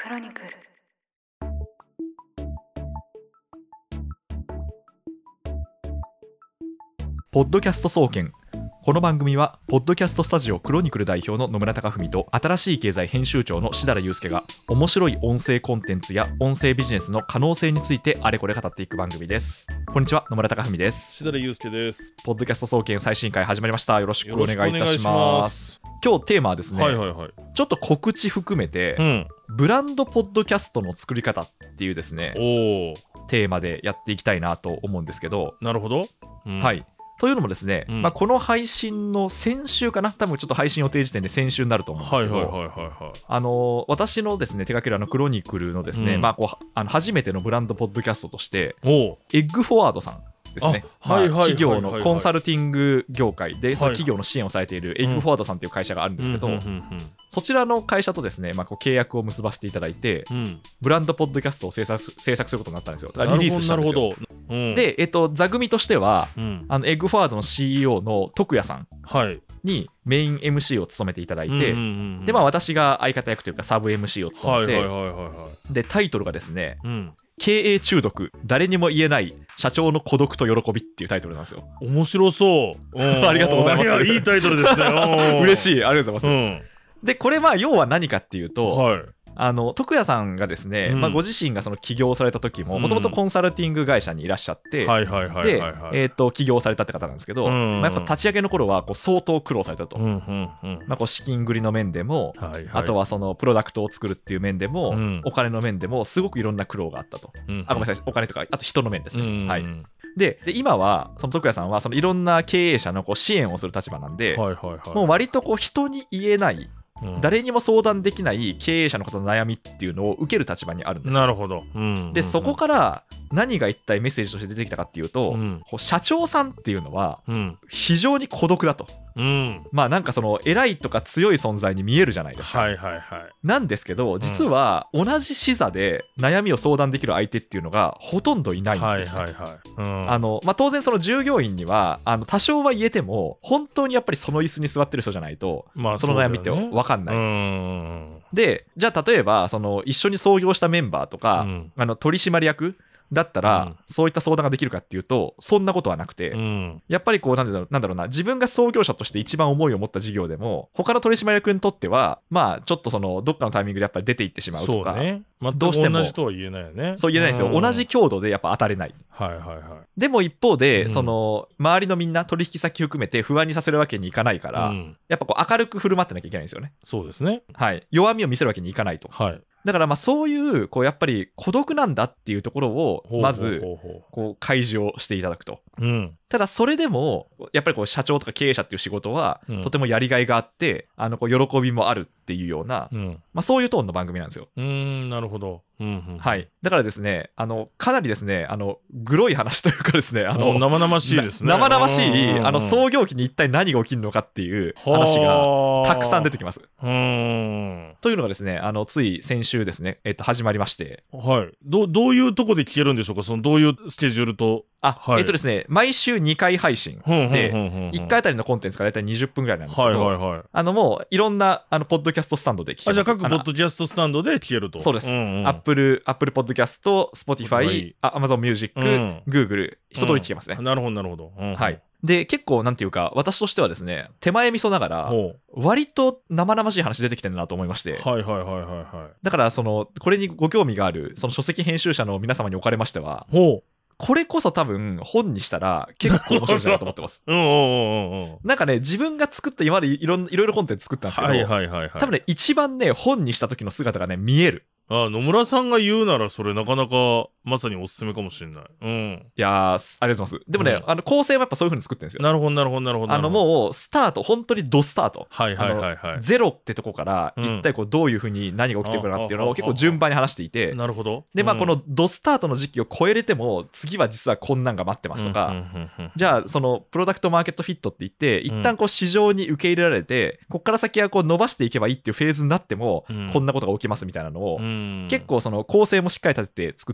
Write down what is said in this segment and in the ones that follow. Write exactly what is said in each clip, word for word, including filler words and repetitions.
クロニクル。 ポッドキャスト総研。この番組はポッドキャストスタジオクロニクル代表の野村貴文と新しい経済編集長の志田祐介が面白い音声コンテンツや音声ビジネスの可能性についてあれこれ語っていく番組です。こんにちは、野村貴文です。 志田祐介です。 ポッドキャスト総研最新回始まりました。よろしくお願いいたします。今日テーマはですね、 はいはいはい、 ちょっと告知含めて、うん、ブランドポッドキャストの作り方っていうですね、おテーマでやっていきたいなと思うんですけど。 なるほど、 うん、はい。というのもですね、うんまあ、この配信の先週かな、多分ちょっと配信予定時点で先週になると思うんですけど、はいはいはいはい、あの私のですね手掛けるあのクロニクルのですね、うんまあ、こうあの初めてのブランドポッドキャストとしてエッグフォワードさんですね、まあ、企業のコンサルティング業界でその企業の支援をされているエッグフォワードさんという会社があるんですけど、そちらの会社とですね、まあ、こう契約を結ばせていただいて、うん、ブランドポッドキャストを制作、制作することになったんですよ。リリースしたんですよ。うん、で、えっと、座組としては、うん、あのエッグフォワードの シーイーオー の徳谷さんにメイン エムシー を務めていただいて、で、まあ、私が相方役というかサブ エムシー を務めて、でタイトルがですね、うん経営中毒、誰にも言えない社長の孤独と喜びっていうタイトルなんですよ。 面白そうありがとうございます。いやいいタイトルですね嬉しい、ありがとうございます、うん、でこれは要は何かっていうと、はい、あの徳谷さんがですね、うんまあ、ご自身がその起業された時ももともとコンサルティング会社にいらっしゃって、で、えー、と起業されたって方なんですけど、うんまあ、やっぱ立ち上げの頃はこう相当苦労されたと、うんうんうんまあ、こう資金繰りの面でも、はいはい、あとはそのプロダクトを作るっていう面でも、うん、お金の面でもすごくいろんな苦労があったと、うん、あごめんなさいお金とかあと人の面ですね、うんはい、で, で今はその徳谷さんはそのいろんな経営者のこう支援をする立場なんで、はいはいはい、もう割とこう人に言えないうん、誰にも相談できない経営者の方の悩みっていうのを受ける立場にあるんですよ。 なるほど、うんうんうん、 でそこから何が一体メッセージとして出てきたかっていうと、うん、こう社長さんっていうのは非常に孤独だと、うん、まあなんかその偉いとか強い存在に見えるじゃないですか、はいはいはい、なんですけど実は同じ視座で悩みを相談できる相手っていうのがほとんどいないんですね、はいはいはいうん、あのまあ、当然その従業員にはあの多少は言えても本当にやっぱりその椅子に座ってる人じゃないと、まあ、その悩みって分かんない、うんでじゃあ例えばその一緒に創業したメンバーとか、うん、あの取締役だったら、うん、そういった相談ができるかっていうとそんなことはなくて、うん、やっぱりこうなんだろう、なんだろうな自分が創業者として一番思いを持った事業でも他の取締役にとってはまあちょっとそのどっかのタイミングでやっぱり出ていってしまうとか、そうね、全くどうしても同じとは言えないよね。 そう言えないですよ、うん、同じ強度でやっぱ当たれない、はいはいはい、でも一方で、うん、その周りのみんな取引先含めて不安にさせるわけにいかないから、うん、やっぱこう明るく振る舞ってなきゃいけないんですよね。 そうですね、 はい、弱みを見せるわけにいかないと、はい、だからまあそういうこうやっぱり孤独なんだっていうところをまずこう開示をしていただくと、うん、ただそれでもやっぱりこう社長とか経営者っていう仕事はとてもやりがいがあってあのこう喜びもあるっていうような、うんまあ、そういうトーンの番組なんですよ。 うーんなるほど、うんうん、 はい、だからですねあのかなりですねあのグロい話というかですねあの生々しいですね。 生々しいあの創業期に一体何が起きるのかっていう話がたくさん出てきます。うーんというのがですねあのつい先週ですね、えっと、始まりまして、 はい、ど, どういうとこで聞けるんでしょうか。そのどういうスケジュールとあ、はい、えっとですね毎週にかい配信でいっかいあたりのコンテンツがだいたいにじゅっぷんぐらいなんですけど、はいはいはい、あのもういろんなあのポッドキャストスタンドで聞けます。 あじゃあ各ポッドキャストスタンドで聞けると。 そうです、うんうん、Apple Apple Podcast Spotify Amazon Music、うん、Google 一通り聞けますね、 うん、なるほどなるほど、うんうん、 はい。で結構なんていうか私としてはですね手前味噌ながら割と生々しい話出てきてるなと思いまして、はいはいはいはいはい、だからそのこれにご興味があるその書籍編集者の皆様におかれましてはほうこれこそ多分本にしたら結構面白いんじゃないかと思ってます。うんうんうんうん、なんかね自分が作った今までいろいろコンテンツ作ったんですけど、はいはいはいはい、多分ね一番ね本にした時の姿がね見える。 あ野村さんが言うならそれなかなかまさにおすすめかもしれない。うん。いやーありがとうございます。でもね、うん、あの構成もやっぱそういう風に作ってるんですよ。 なるほどなるほどなるほど。 あのもうスタート本当にドスタート。 はいはいはいはい。 ゼロってとこから一体こうどういう風に何が起きてくるかなっていうのを結構順番に話していて。 なるほど。 でまあこのドスタートの時期を超えれても次は実はこんなんが待ってますとか、じゃあそのプロダクトマーケットフィットって言って一旦こう市場に受け入れられてこっから先はこう伸ばしていけばいいっていうフェーズになってもこんなことが起きますみたいなのを結構その構成もしっかり立てて作ってるんで、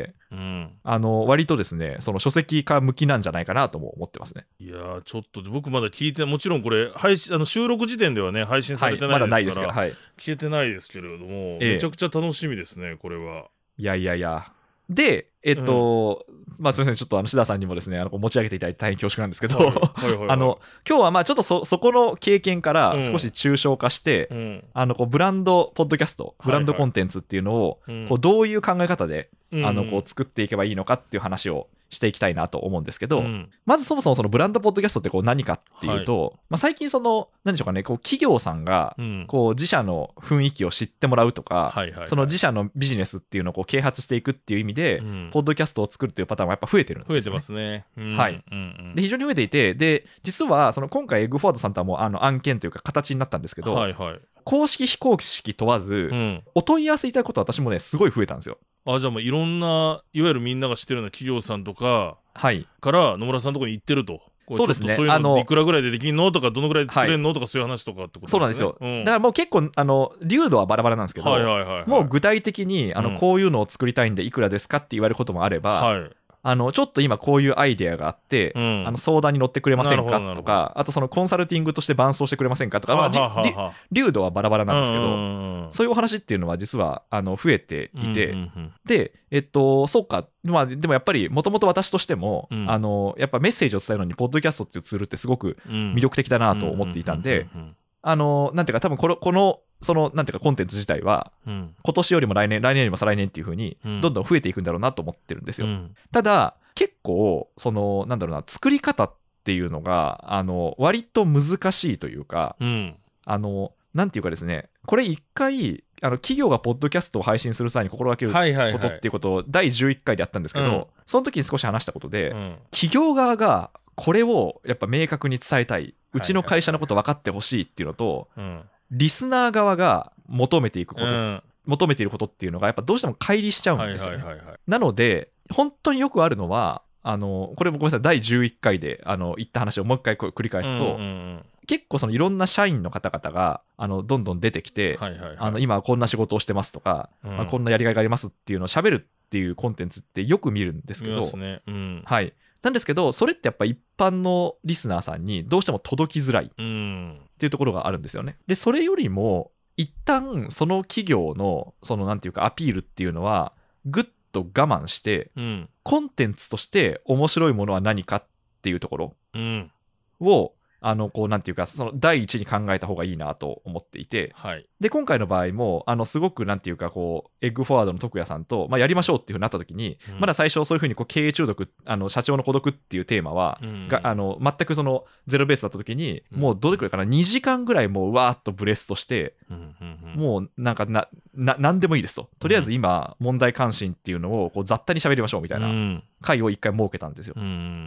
で、 うん、 あの割とですねその書籍化向きなんじゃないかなとも思ってますね。 いやーちょっと僕まだ聞いて、もちろんこれ配信あの収録時点ではね配信されてないですから、はい、まだないですから、はい、聞けてないですけれども、ええ、めちゃくちゃ楽しみですねこれは。 いやいやいやでえっと、うん、まあすみませんちょっとあの志田さんにもですねあの持ち上げていただいて大変恐縮なんですけど、あの今日はまあちょっと そ, そこの経験から少し抽象化して、うん、あのこうブランドポッドキャストブランドコンテンツっていうのを、はいはい、こうどういう考え方で、うん、あのこう作っていけばいいのかっていう話をしていきたいなと思うんですけど、うん、まずそもそもそのブランドポッドキャストってこう何かっていうと、はい、まあ、最近その何でしょうかねこう企業さんがこう自社の雰囲気を知ってもらうとか、はいはいはい、その自社のビジネスっていうのをこう啓発していくっていう意味で、うん、ポッドキャストを作るっていうパターンはやっぱ増えてるんですね。 増えてますね、うん、 はい、うんうん、で非常に増えていて、で実はその今回エッグフォワードさんとはもうあの案件というか形になったんですけど、はいはい、公式非公式問わず、うん、お問い合わせいただくことは私もねすごい増えたんですよ。 あ、じゃあもういろんないわゆるみんなが知ってるような企業さんとかから野村さんのところに行ってると。 そうですね。 そういうのいくらぐらいでできるのとかどのぐらいで作れるの、はい、とかそういう話とかってことですね。 そうなんですよ、うん、だからもう結構あの流度はバラバラなんですけど、はいはいはいはい、もう具体的にあの、うん、こういうのを作りたいんでいくらですかって言われることもあれば、はい、あのちょっと今こういうアイデアがあって、うん、あの相談に乗ってくれませんかとか、あとそのコンサルティングとして伴走してくれませんかとか、まあ、流度はバラバラなんですけど、うんうんうん、そういうお話っていうのは実はあの増えていて、うんうんうん、でえっとそうか、まあ、でもやっぱりもともと私としても、うん、あのやっぱメッセージを伝えるのにポッドキャストっていうツールってすごく魅力的だなと思っていたんで、あのなんていうか多分このこのそのなんていうかコンテンツ自体は、うん、今年よりも来年来年よりも再来年っていう風にどんどん増えていくんだろうなと思ってるんですよ、うん、ただ結構そのなんだろうな作り方っていうのがあの割と難しいというか、うん、あのなんていうかですねこれ一回あの企業がポッドキャストを配信する際に心がけることっていうことをだいじゅういっかいでやったんですけど、うん、その時に少し話したことで、うん、企業側がこれをやっぱ明確に伝えたい、うちの会社のこと分かってほしいっていうのと、はいはいはい、リスナー側が求めていくこと、うん、求めていることっていうのがやっぱどうしても乖離しちゃうんですよね、はいはいはいはい、なので本当によくあるのはあのこれもごめんなさいだいじゅういっかいであの言った話をもう一回繰り返すと、うんうんうん、結構そのいろんな社員の方々があのどんどん出てきて、はいはいはい、あの今はこんな仕事をしてますとか、うんまあ、こんなやりがいがありますっていうのを喋るっていうコンテンツってよく見るんですけど、ねうん、はいなんですけどそれってやっぱ一般のリスナーさんにどうしても届きづらいっていうところがあるんですよね。でそれよりも一旦その企業のそのなんていうかアピールっていうのはぐっと我慢して、うん、コンテンツとして面白いものは何かっていうところを、うん、あのこうなんていうかその第一に考えた方がいいなと思っていて、はい、で今回の場合もあのすごくなんていうかこうエッグフォワードの徳也さんと、まあ、やりましょうっていう風になった時に、うん、まだ最初そういう風にこう経営中毒あの社長の孤独っていうテーマは、うん、があの全くそのゼロベースだった時に、うん、もうどれくらいかなにじかんぐらいもうわーっとブレストして、うんうんうん、もうなんかなな何でもいいですととりあえず今問題関心っていうのをこう雑多に喋りましょうみたいな、うん会を一回設けたんですよ、うん、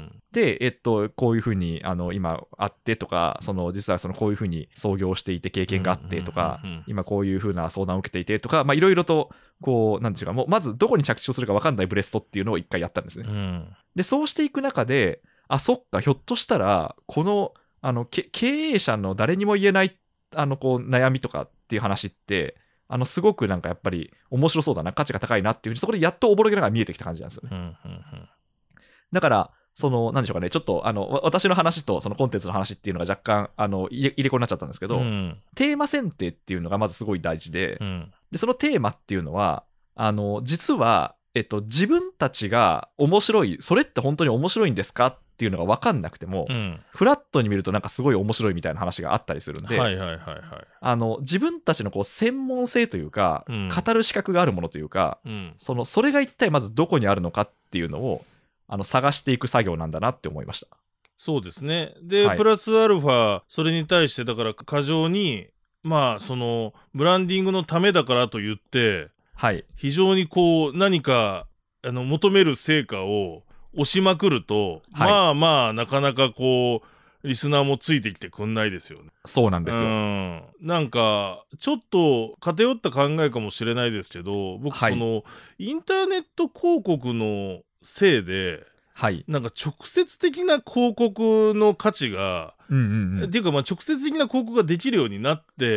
で、えっと、こういうふうにあの今あってとかその実はそのこういうふうに創業していて経験があってとか、うんうんうんうん、今こういうふうな相談を受けていてとかいろいろとこうなんていうかもうまずどこに着地するか分かんないブレストっていうのを一回やったんですね、うん、でそうしていく中であそっかひょっとしたらこの、あの経営者の誰にも言えないあのこう悩みとかっていう話ってあのすごくなんかやっぱり面白そうだな価値が高いなっていうふうにそこでやっとおぼろげながら見えてきた感じなんですよね、うんうんうん、だからそのなんでしょうかねちょっとあの私の話とそのコンテンツの話っていうのが若干あの入れ入れ子になっちゃったんですけど、うん、テーマ選定っていうのがまずすごい大事 で,、うん、でそのテーマっていうのはあの実は、えっと、自分たちが面白いそれって本当に面白いんですかっていうのが分かんなくても、うん、フラットに見るとなんかすごい面白いみたいな話があったりするんで、はいはいはいはい、あの自分たちのこう専門性というか、うん、語る資格があるものというか、うん、そのそれが一体まずどこにあるのかっていうのをあの探していく作業なんだなって思いました。 そうですね。で、はい、プラスアルファそれに対してだから過剰にまあそのブランディングのためだからと言って、はい、非常にこう何かあの求める成果を押しまくると、はい、まあまあなかなかこうリスナーもついてきてくんないですよね。 そうなんですよ、 うん、なんかちょっと偏った考えかもしれないですけど僕、はい、そのインターネット広告のせいで、はい、なんか直接的な広告の価値が、うんうんうん、っていうかまあ直接的な広告ができるようになって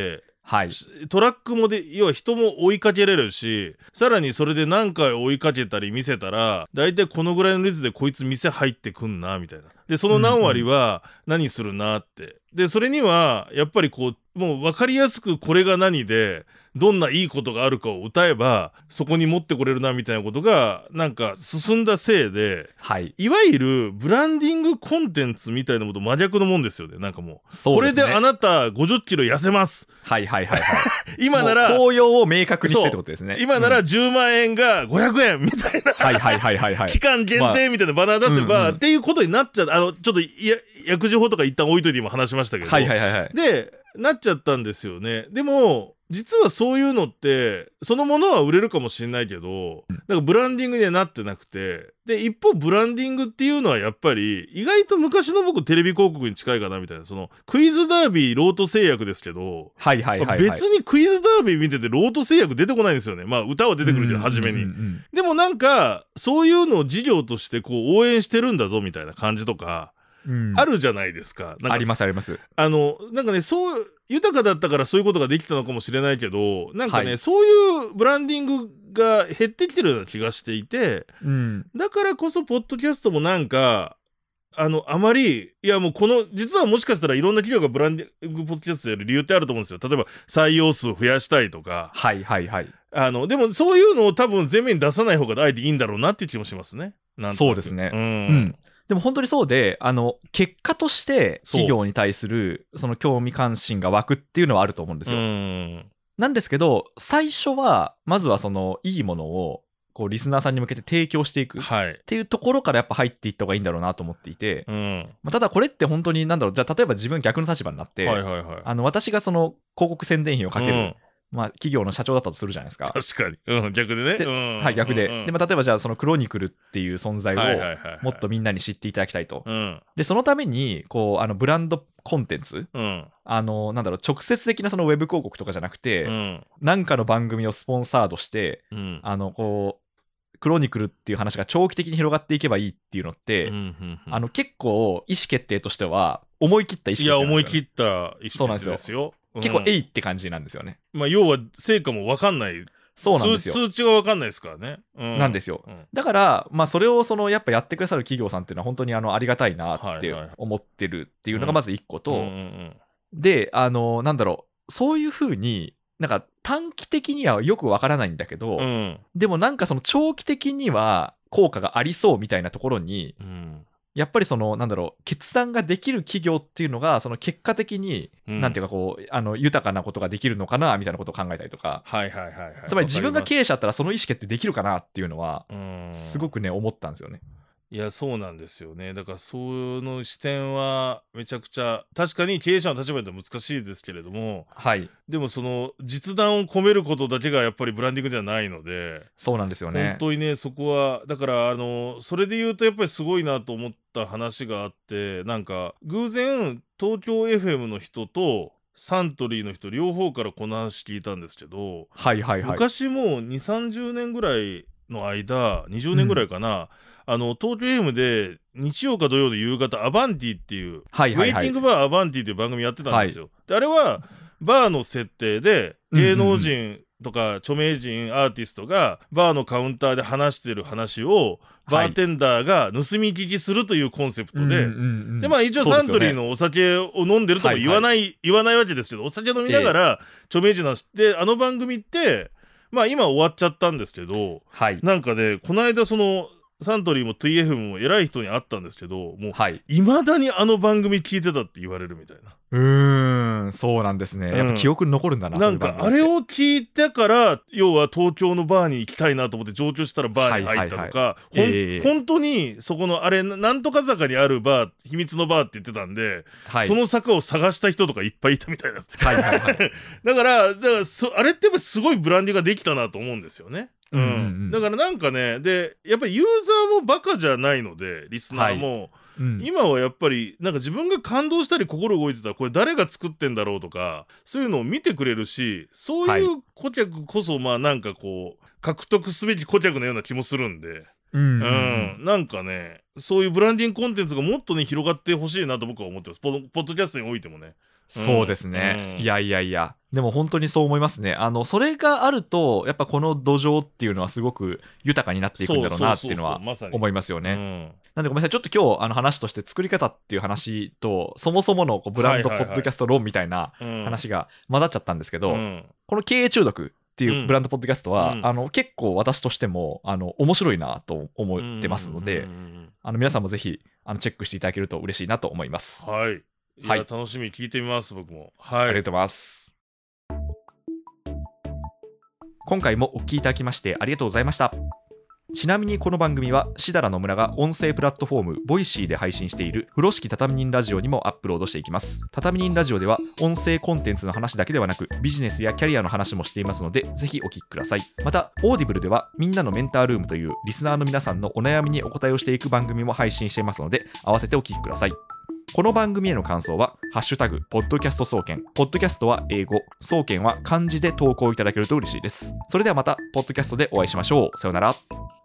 はい、 トラックもで要は人も追いかけれるし、さらにそれで何回追いかけたり見せたら大体このぐらいの率でこいつ店入ってくんなみたいな。でその何割は何するなって、うんうん、でそれにはやっぱりこうもう分かりやすくこれが何でどんないいことがあるかを歌えばそこに持ってこれるなみたいなことがなんか進んだせいで、 はい、 いわゆるブランディングコンテンツみたいなものと真逆のもんですよね。なんかもう、 そうですね、 これであなたごじゅっキロ痩せます。 はいはいはいはい今なら効用を明確にしてってことですね。 今ならじゅうまんえんがごひゃくえんみたいな、 はいはいはいはい、はい、 期間限定みたいなバナー出せば、まあうんうん、っていうことになっちゃう。あのちょっと薬事法とか一旦置いといて今話しましたけど、 はいはいはいはい、 でなっちゃったんですよね。でも実はそういうのってそのものは売れるかもしれないけど、なんかブランディングにはなってなくて、で一方ブランディングっていうのはやっぱり意外と昔の僕テレビ広告に近いかなみたいな。そのクイズダービーロート製薬ですけど、 はいはいはいはい、 別にクイズダービー見ててロート製薬出てこないんですよね。まあ歌は出てくるけど初めに、うんうんうん、でもなんかそういうのを事業としてこう応援してるんだぞみたいな感じとかうん、あるじゃないですか。なんかありますあります。 あのなんかね、そう豊かだったからそういうことができたのかもしれないけど、なんかね、はい、そういうブランディングが減ってきてるような気がしていて、うん、だからこそポッドキャストもなんかあのあまりいやもうこの実はもしかしたらいろんな企業がブランディングポッドキャストやる理由ってあると思うんですよ。例えば採用数を増やしたいとか、 はいはいはい。 あのでもそういうのを多分前面に出さない方があえていいんだろうなっていう気もしますね。 なんとなくそうですね。うん。うんでも本当にそうで、あの結果として企業に対するその興味関心が湧くっていうのはあると思うんですよ。うんなんですけど最初はまずはそのいいものをこうリスナーさんに向けて提供していくっていうところからやっぱ入っていった方がいいんだろうなと思っていて、うんまあ、ただこれって本当になんだろう、じゃあ例えば自分逆の立場になって、はいはいはい、あの私がその広告宣伝費をかける、うんまあ、企業の社長だったとするじゃないですか。 確かに、うん、逆でねで、 うん、 はい逆で、うんうん、で、まあ、例えばじゃあそのクロニクルっていう存在をもっとみんなに知っていただきたいと、はいはいはいはい、でそのためにこうあのブランドコンテンツ、うん、あのなんだろう直接的なそのウェブ広告とかじゃなくて、うん、なんかの番組をスポンサードして、うん、あのこうクロニクルっていう話が長期的に広がっていけばいいっていうのって、うんうんうん、あの結構意思決定としては思い切った意思決定なんですよね。 いや思い切った意思決定ですよ。 結構えいって感じなんですよね。 まあ、要は成果も分かんない。 そうなんですよ。 数値が分かんないですからね。 うん、なんですよ。うん、だから、まあ、それをそのやっぱやってくださる企業さんっていうのは本当にあのありがたいなって思ってるっていうのがまず一個と、うんうんうん、で、あのなんだろう、そういうふうになんか短期的にはよく分からないんだけど、うん、でもなんかその長期的には効果がありそうみたいなところに、うんやっぱりそのなんだろう決断ができる企業っていうのがその結果的に、うん、なんていうかこうあの豊かなことができるのかなみたいなことを考えたりとか、はいはいはいはい、つまり自分が経営者だったらその意思決定できるかなっていうのはすごくね思ったんですよね。 いやそうなんですよね。だからその視点はめちゃくちゃ確かに経営者の立場では難しいですけれども、はい、でもその実弾を込めることだけがやっぱりブランディングではないので、 そうなんですよね。 本当にねそこはだからあのそれで言うとやっぱりすごいなと思った話があって、なんか偶然東京 エフエム の人とサントリーの人両方からこの話聞いたんですけど、はいはいはい、昔もうにじゅうさんじゅうねんぐらいの間にじゅうねんぐらいかな、うんあの東京 エフエム で日曜か土曜の夕方アバンティっていう、はいはいはい、ウェイティングバーアバンティっていう番組やってたんですよ、はい、であれはバーの設定で芸能人とか著名人アーティストがバーのカウンターで話してる話をバーテンダーが盗み聞きするというコンセプトで、はい、でまあ一応サントリーのお酒を飲んでるとも言わない、はいはい、言わないわけですけど、お酒飲みながら著名人なんで、あの番組ってまあ今終わっちゃったんですけど、はい、なんかねこの間そのサントリーも ティーエフエム も偉い人に会ったんですけど、もう、はい、未だにあの番組聞いてたって言われるみたいな。 うーん、そうなんですね。やっぱ記憶に残るんだな。 なんかあれを聞いてから要は東京のバーに行きたいなと思って上京したらバーに入ったとか、本当にそこのあれなんとか坂にあるバー、秘密のバーって言ってたんで、はい、その坂を探した人とかいっぱいいたみたいな。はいはいはい、だからだからそあれってやっぱすごいブランディングができたなと思うんですよね。うんうんうん、だからなんかねでやっぱりユーザーもバカじゃないのでリスナーも、はいうん、今はやっぱりなんか自分が感動したり心動いてたらこれ誰が作ってんだろうとかそういうのを見てくれるし、そういう顧客こそまあなんかこう獲得すべき顧客のような気もするんで、うん、うんうん、なんかねそういうブランディングコンテンツがもっとね広がってほしいなと僕は思ってます。ポッドキャストにおいてもね。 そうですね、うん、いやいやいやでも本当にそう思いますね。あのそれがあるとやっぱこの土壌っていうのはすごく豊かになっていくんだろうなっていうのは思いますよね。まうん、なんでごめんなさい、ちょっと今日あの話として作り方っていう話とそもそものこうブランドポッドキャスト論みたいな話が混ざっちゃったんですけど、うん、この経営中毒っていうブランドポッドキャストは、うん、あの結構私としてもあの面白いなと思ってますので、あの皆さんもぜひあのチェックしていただけると嬉しいなと思います。 はい、いや、はい、楽しみに聞いてみます僕も。はい、 ありがとうございます。今回もお聞きいただきましてありがとうございました。ちなみにこの番組はしだら野村が音声プラットフォームボイシーで配信している風呂敷畳人ラジオにもアップロードしていきます。畳人ラジオでは音声コンテンツの話だけではなくビジネスやキャリアの話もしていますのでぜひお聞きください。またオーディブルではみんなのメンタールームというリスナーの皆さんのお悩みにお答えをしていく番組も配信していますので合わせてお聞きください。この番組への感想はハッシュタグポッドキャスト総研、ポッドキャストは英語、総研は漢字で投稿いただけると嬉しいです。それではまたポッドキャストでお会いしましょう。さようなら。